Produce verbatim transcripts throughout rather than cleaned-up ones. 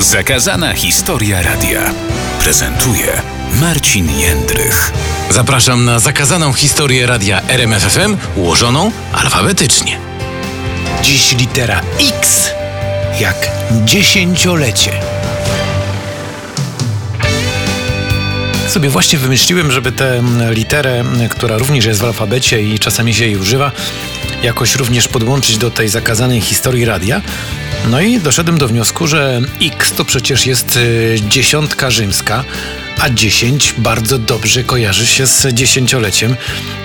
Zakazana historia radia. Prezentuje Marcin Jędrych. Zapraszam na zakazaną historię radia R M F F M ułożoną alfabetycznie. Dziś litera X jak dziesięciolecie. Sobie właśnie wymyśliłem, żeby tę literę, która również jest w alfabecie i czasami się jej używa, jakoś również podłączyć do tej zakazanej historii radia. No i doszedłem do wniosku, że X to przecież jest dziesiątka rzymska, a dziesięć bardzo dobrze kojarzy się z dziesięcioleciem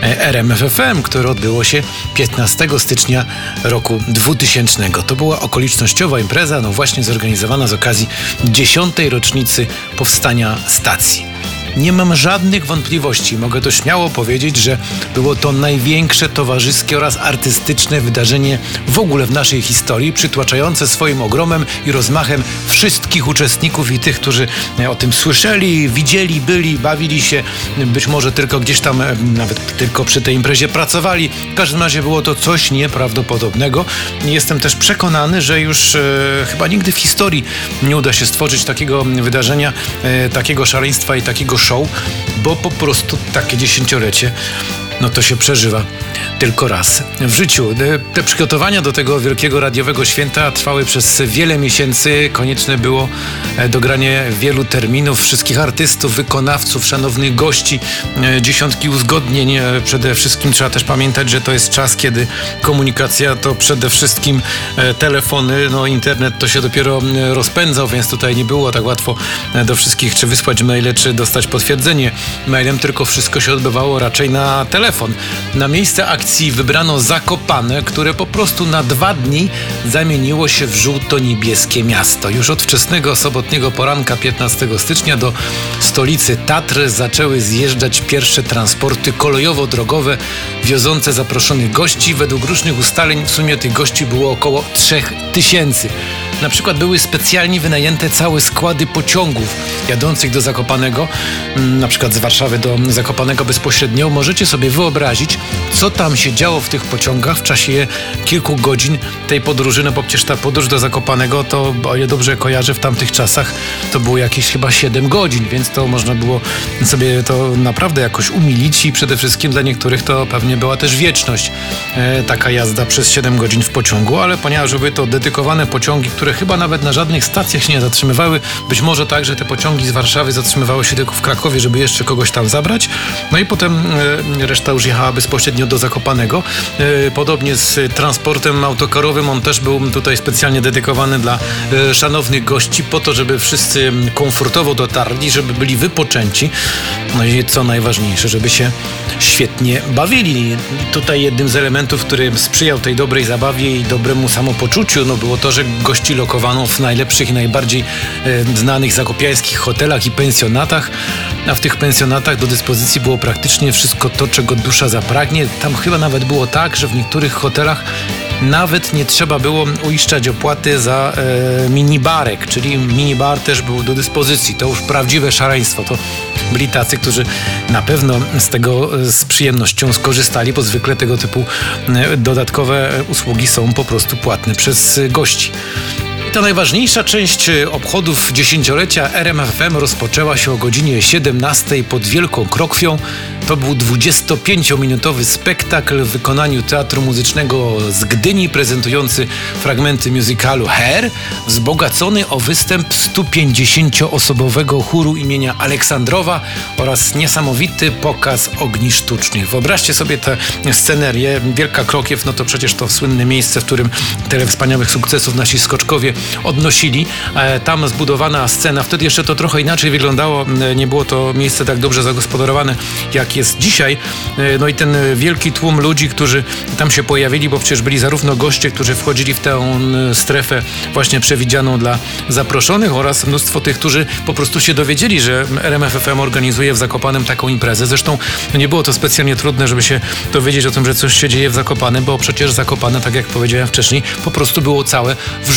R M F F M, które odbyło się piętnastego stycznia roku dwutysięcznego. To była okolicznościowa impreza, no właśnie zorganizowana z okazji dziesiątej rocznicy powstania stacji. Nie mam żadnych wątpliwości, mogę to śmiało powiedzieć, że było to największe towarzyskie oraz artystyczne wydarzenie w ogóle w naszej historii, przytłaczające swoim ogromem i rozmachem wszystkich uczestników i tych, którzy o tym słyszeli, widzieli, byli, bawili się, być może tylko gdzieś tam, nawet tylko przy tej imprezie pracowali. W każdym razie było to coś nieprawdopodobnego. Jestem też przekonany, że już e, chyba nigdy w historii nie uda się stworzyć takiego wydarzenia, e, takiego szaleństwa i takiego show, bo po prostu takie dziesięciolecie, no to się przeżywa tylko raz w życiu. Te przygotowania do tego wielkiego radiowego święta trwały przez wiele miesięcy. Konieczne było dogranie wielu terminów, wszystkich artystów, wykonawców, szanownych gości, dziesiątki uzgodnień. Przede wszystkim trzeba też pamiętać, że to jest czas, kiedy komunikacja to przede wszystkim telefony, no internet to się dopiero rozpędzał, więc tutaj nie było tak łatwo do wszystkich czy wysłać maile, czy dostać potwierdzenie mailem, tylko wszystko się odbywało raczej na telefon. Na miejsce akcji wybrano Zakopane, które po prostu na dwa dni zamieniło się w żółto-niebieskie miasto. Już od wczesnego sobotniego poranka piętnastego stycznia do stolicy Tatr zaczęły zjeżdżać pierwsze transporty kolejowo-drogowe wiozące zaproszonych gości. Według różnych ustaleń w sumie tych gości było około trzech tysięcy. Na przykład były specjalnie wynajęte całe składy pociągów jadących do Zakopanego, na przykład z Warszawy do Zakopanego bezpośrednio. Możecie sobie wyobrazić, co tam się działo w tych pociągach w czasie kilku godzin tej podróży, no bo przecież ta podróż do Zakopanego to, o ile dobrze kojarzę, w tamtych czasach to było jakieś chyba siedem godzin, więc to można było sobie to naprawdę jakoś umilić i przede wszystkim dla niektórych to pewnie była też wieczność, e, taka jazda przez siedem godzin w pociągu, ale ponieważ były to dedykowane pociągi, które chyba nawet na żadnych stacjach się nie zatrzymywały, być może tak, że te pociągi z Warszawy zatrzymywały się tylko w Krakowie, żeby jeszcze kogoś tam zabrać, no i potem e, reszta już jechała bezpośrednio do Zakopanego. E, podobnie z transportem autokarowym, on też był tutaj specjalnie dedykowany dla e, szanownych gości, po to, żeby wszyscy komfortowo dotarli, żeby byli wypoczęci, no i co najważniejsze, żeby się świetnie bawili. I tutaj jednym z elementów, który sprzyjał tej dobrej zabawie i dobremu samopoczuciu, no było to, że gości lokowano w najlepszych i najbardziej e, znanych zakopiańskich hotelach i pensjonatach, a w tych pensjonatach do dyspozycji było praktycznie wszystko to, czego dusza zapragnie. Tam chyba nawet było tak, że w niektórych hotelach nawet nie trzeba było uiszczać opłaty za e, minibarek, czyli minibar też był do dyspozycji. To już prawdziwe szaleństwo. To byli tacy, którzy na pewno z tego e, z przyjemnością skorzystali, bo zwykle tego typu e, dodatkowe usługi są po prostu płatne przez e, gości. Ta najważniejsza część obchodów dziesięciolecia R M F F M rozpoczęła się o godzinie siedemnastej pod Wielką Krokwią. To był dwudziestopięciominutowy spektakl w wykonaniu Teatru Muzycznego z Gdyni, prezentujący fragmenty musicalu Hair, wzbogacony o występ stupięćdziesięcioosobowego chóru imienia Aleksandrowa oraz niesamowity pokaz ogni sztucznych. Wyobraźcie sobie tę scenerię. Wielka Krokiew, no to przecież to słynne miejsce, w którym tyle wspaniałych sukcesów nasi skoczkowie odnosili. Tam zbudowana scena, wtedy jeszcze to trochę inaczej wyglądało, nie było to miejsce tak dobrze zagospodarowane, jak jest dzisiaj. No i ten wielki tłum ludzi, którzy tam się pojawili, bo przecież byli zarówno goście, którzy wchodzili w tę strefę właśnie przewidzianą dla zaproszonych, oraz mnóstwo tych, którzy po prostu się dowiedzieli, że R M F F M organizuje w Zakopanem taką imprezę. Zresztą nie było to specjalnie trudne, żeby się dowiedzieć o tym, że coś się dzieje w Zakopanem, bo przecież Zakopane, tak jak powiedziałem wcześniej, po prostu było całe w żółto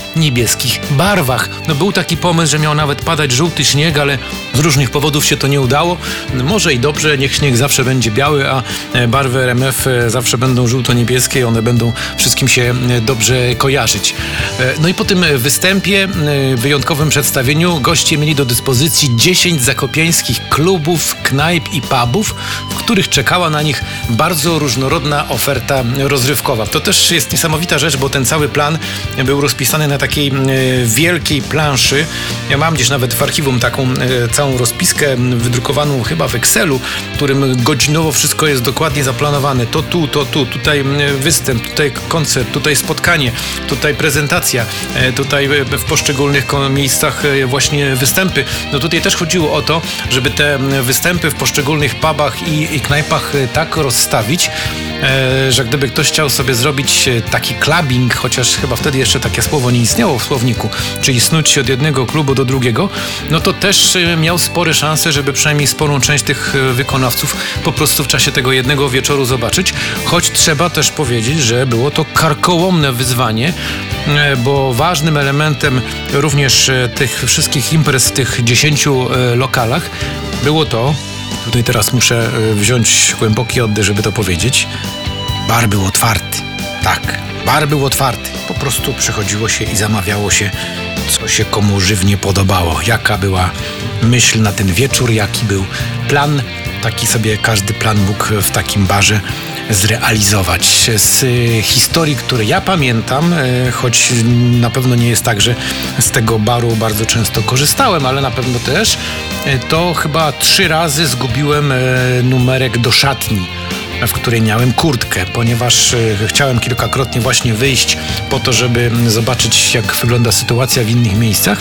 niebieskich barwach. No był taki pomysł, że miał nawet padać żółty śnieg, ale z różnych powodów się to nie udało. Może i dobrze, niech śnieg zawsze będzie biały, a barwy R M F zawsze będą żółto-niebieskie i one będą wszystkim się dobrze kojarzyć. No i po tym występie, wyjątkowym przedstawieniu, goście mieli do dyspozycji dziesięć zakopiańskich klubów, knajp i pubów, w których czekała na nich bardzo różnorodna oferta rozrywkowa. To też jest niesamowita rzecz, bo ten cały plan był rozpisany na takiej wielkiej planszy. Ja mam gdzieś nawet w archiwum taką całą rozpiskę wydrukowaną chyba w Excelu, w którym godzinowo wszystko jest dokładnie zaplanowane. To tu, to tu, tutaj występ, tutaj koncert, tutaj spotkanie, tutaj prezentacja, tutaj w poszczególnych miejscach właśnie występy. No tutaj też chodziło o to, żeby te występy w poszczególnych pubach i, i knajpach tak rozstawić, że gdyby ktoś chciał sobie zrobić taki clubbing, chociaż chyba wtedy jeszcze takie słowo nie istniało w słowniku, czyli snuć się od jednego klubu do drugiego, no to też miał spore szanse, żeby przynajmniej sporą część tych wykonawców po prostu w czasie tego jednego wieczoru zobaczyć, choć trzeba też powiedzieć, że było to karkołomne wyzwanie, bo ważnym elementem również tych wszystkich imprez w tych dziesięciu lokalach było to, tutaj teraz muszę wziąć głęboki oddech, żeby to powiedzieć, bar był otwarty. Tak, bar był otwarty. Po prostu przychodziło się i zamawiało się, co się komu żywnie podobało. Jaka była myśl na ten wieczór, jaki był plan. Taki sobie każdy plan mógł w takim barze zrealizować. Z historii, które ja pamiętam, choć na pewno nie jest tak, że z tego baru bardzo często korzystałem, ale na pewno też, to chyba trzy razy zgubiłem numerek do szatni, w której miałem kurtkę, ponieważ chciałem kilkakrotnie właśnie wyjść po to, żeby zobaczyć, jak wygląda sytuacja w innych miejscach.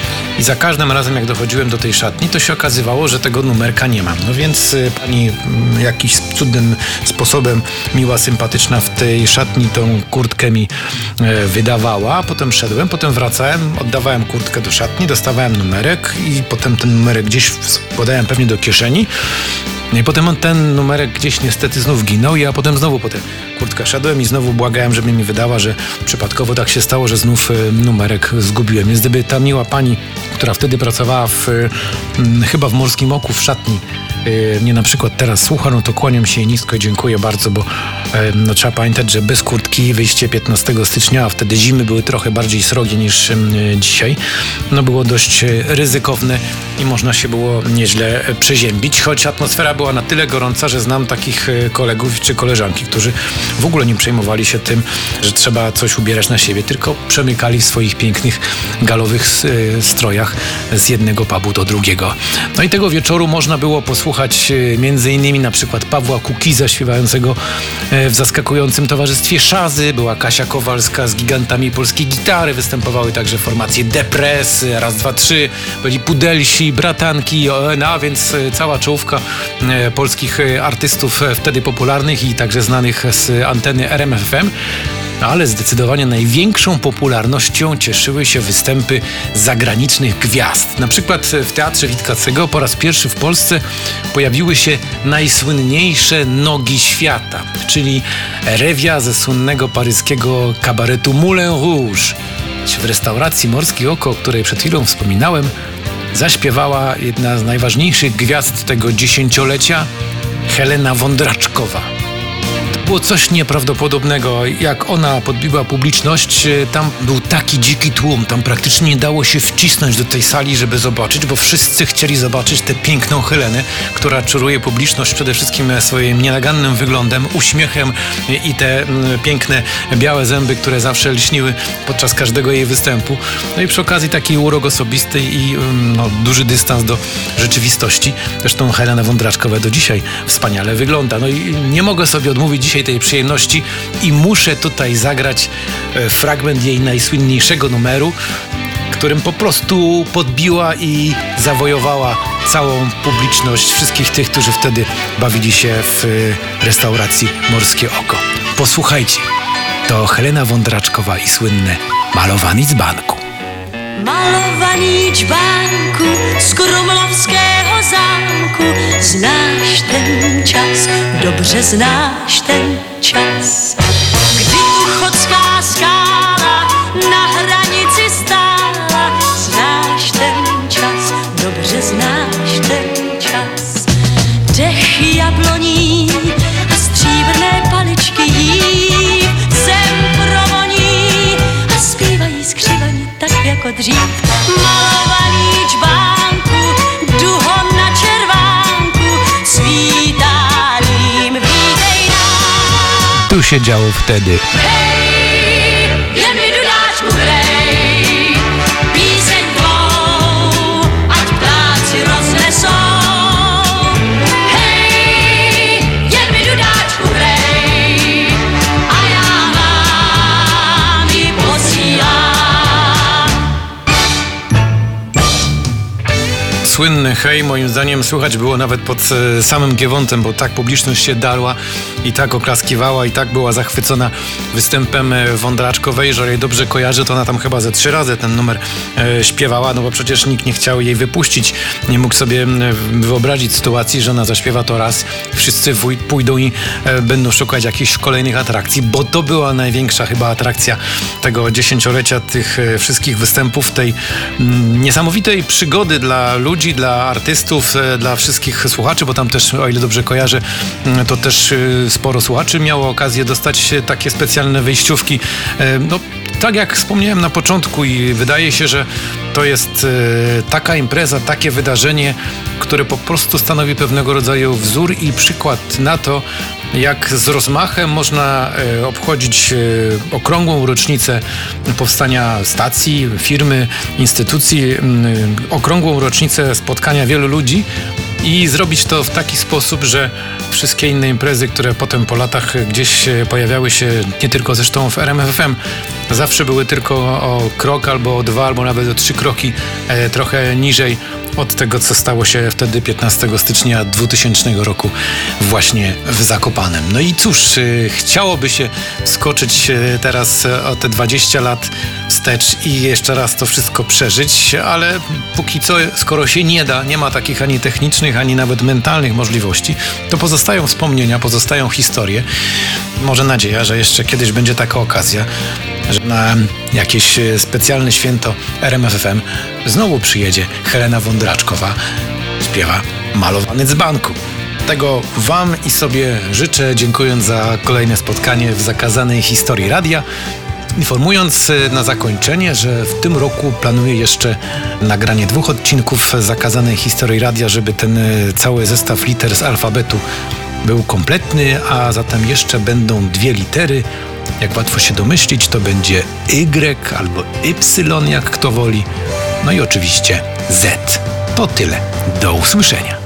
I za każdym razem, jak dochodziłem do tej szatni, to się okazywało, że tego numerka nie mam. No więc pani jakiś cudnym sposobem, miła, sympatyczna, w tej szatni tą kurtkę mi wydawała. A potem szedłem, potem wracałem, oddawałem kurtkę do szatni, dostawałem numerek i potem ten numerek gdzieś podałem pewnie do kieszeni. No i potem on ten numerek gdzieś niestety znów ginął i ja potem znowu po tę kurtkę szedłem i znowu błagałem, żeby mi wydała, że przypadkowo tak się stało, że znów numerek zgubiłem. Więc gdyby ta miła pani, która wtedy pracowała w, chyba w Morskim Oku w szatni, mnie na przykład teraz słucha, no to kłaniam się jej nisko i dziękuję bardzo, bo no, trzeba pamiętać, że bez kurtki wyjście piętnastego stycznia, a wtedy zimy były trochę bardziej srogie niż dzisiaj, no było dość ryzykowne i można się było nieźle przeziębić, choć atmosfera była na tyle gorąca, że znam takich kolegów czy koleżanki, którzy w ogóle nie przejmowali się tym, że trzeba coś ubierać na siebie, tylko przemykali w swoich pięknych galowych strojach z jednego pubu do drugiego. No i tego wieczoru można było posłuchać między innymi na przykład Pawła Kukiza śpiewającego w zaskakującym towarzystwie Szazy, była Kasia Kowalska z gigantami polskiej gitary, występowały także formacje Depres, Raz, Dwa, Trzy, byli Pudelsi, Bratanki, O N A, więc cała czołówka polskich artystów wtedy popularnych i także znanych z anteny R M F F M. Ale zdecydowanie największą popularnością cieszyły się występy zagranicznych gwiazd. Na przykład w Teatrze Witkacego po raz pierwszy w Polsce pojawiły się najsłynniejsze nogi świata, czyli Rewia ze słynnego paryskiego kabaretu Moulin Rouge. W restauracji Morskie Oko, o której przed chwilą wspominałem, zaśpiewała jedna z najważniejszych gwiazd tego dziesięciolecia, Helena Wądraczkowa. Było coś nieprawdopodobnego, jak ona podbiła publiczność, tam był taki dziki tłum, tam praktycznie nie dało się wcisnąć do tej sali, żeby zobaczyć, bo wszyscy chcieli zobaczyć tę piękną Helenę, która czaruje publiczność przede wszystkim swoim nienagannym wyglądem, uśmiechem i te piękne białe zęby, które zawsze lśniły podczas każdego jej występu. No i przy okazji taki urok osobisty i no, duży dystans do rzeczywistości. Zresztą Helena Wądraczkowa do dzisiaj wspaniale wygląda. No i nie mogę sobie odmówić dzisiaj tej przyjemności i muszę tutaj zagrać fragment jej najsłynniejszego numeru, którym po prostu podbiła i zawojowała całą publiczność, wszystkich tych, którzy wtedy bawili się w restauracji Morskie Oko. Posłuchajcie, to Helena Wądraczkowa i słynne Malowani z banku. Malowani dzbanku z Gromlowskiego zamku. Znasz ten czas, dobrze znasz ten czas, gdy Tuchocka skala na granicy jako dřív. Malovaný čbánku, duho na červánku, svítáním vítej nám. Tu się działo wtedy. Hej, jen mi dudáč mu hrej, píseň tvou, ať ptáci roznesou. Hej, jen mi dudáčku hrej, a já vám ji posílám. Słynny hej, moim zdaniem słychać było nawet pod e, samym Giewontem, bo tak publiczność się darła i tak oklaskiwała i tak była zachwycona występem e, Wądraczkowej, jeżeli dobrze kojarzę, to ona tam chyba ze trzy razy ten numer e, śpiewała, no bo przecież nikt nie chciał jej wypuścić. Nie mógł sobie e, wyobrazić sytuacji, że ona zaśpiewa to raz, wszyscy wuj, pójdą i e, będą szukać jakichś kolejnych atrakcji, bo to była największa chyba atrakcja tego dziesięciolecia, tych e, wszystkich występów, tej mm, niesamowitej przygody dla ludzi, dla artystów, e, dla wszystkich słuchaczy, bo tam też, o ile dobrze kojarzę, mm, to też e, sporo słuchaczy miało okazję dostać e, takie specjalne wyjściówki. E, no, tak jak wspomniałem na początku i wydaje się, że to jest e, taka impreza, takie wydarzenie, które po prostu stanowi pewnego rodzaju wzór i przykład na to, jak z rozmachem można e, obchodzić e, okrągłą rocznicę powstania stacji, firmy, instytucji, m, okrągłą rocznicę spotkania wielu ludzi i zrobić to w taki sposób, że wszystkie inne imprezy, które potem po latach gdzieś pojawiały się, nie tylko zresztą w R M F F M, zawsze były tylko o krok albo o dwa, albo nawet o trzy kroki e, trochę niżej od tego, co stało się wtedy piętnastego stycznia dwutysięcznego roku właśnie w Zakopanem. No i cóż, y, chciałoby się skoczyć y, teraz o te dwadzieścia lat wstecz i jeszcze raz to wszystko przeżyć, ale póki co, skoro się nie da, nie ma takich ani technicznych, ani nawet mentalnych możliwości, to pozostają wspomnienia, pozostają historie. Może nadzieja, że jeszcze kiedyś będzie taka okazja, że na jakieś specjalne święto R M F F M znowu przyjedzie Helena Wądraczkowa, śpiewa Malowany dzbanku. Tego wam i sobie życzę, dziękując za kolejne spotkanie w zakazanej historii radia. Informując na zakończenie, że w tym roku planuję jeszcze nagranie dwóch odcinków zakazanej historii radia, żeby ten cały zestaw liter z alfabetu był kompletny, a zatem jeszcze będą dwie litery. Jak łatwo się domyślić, to będzie Y albo Y, jak kto woli. No i oczywiście Z. To tyle. Do usłyszenia.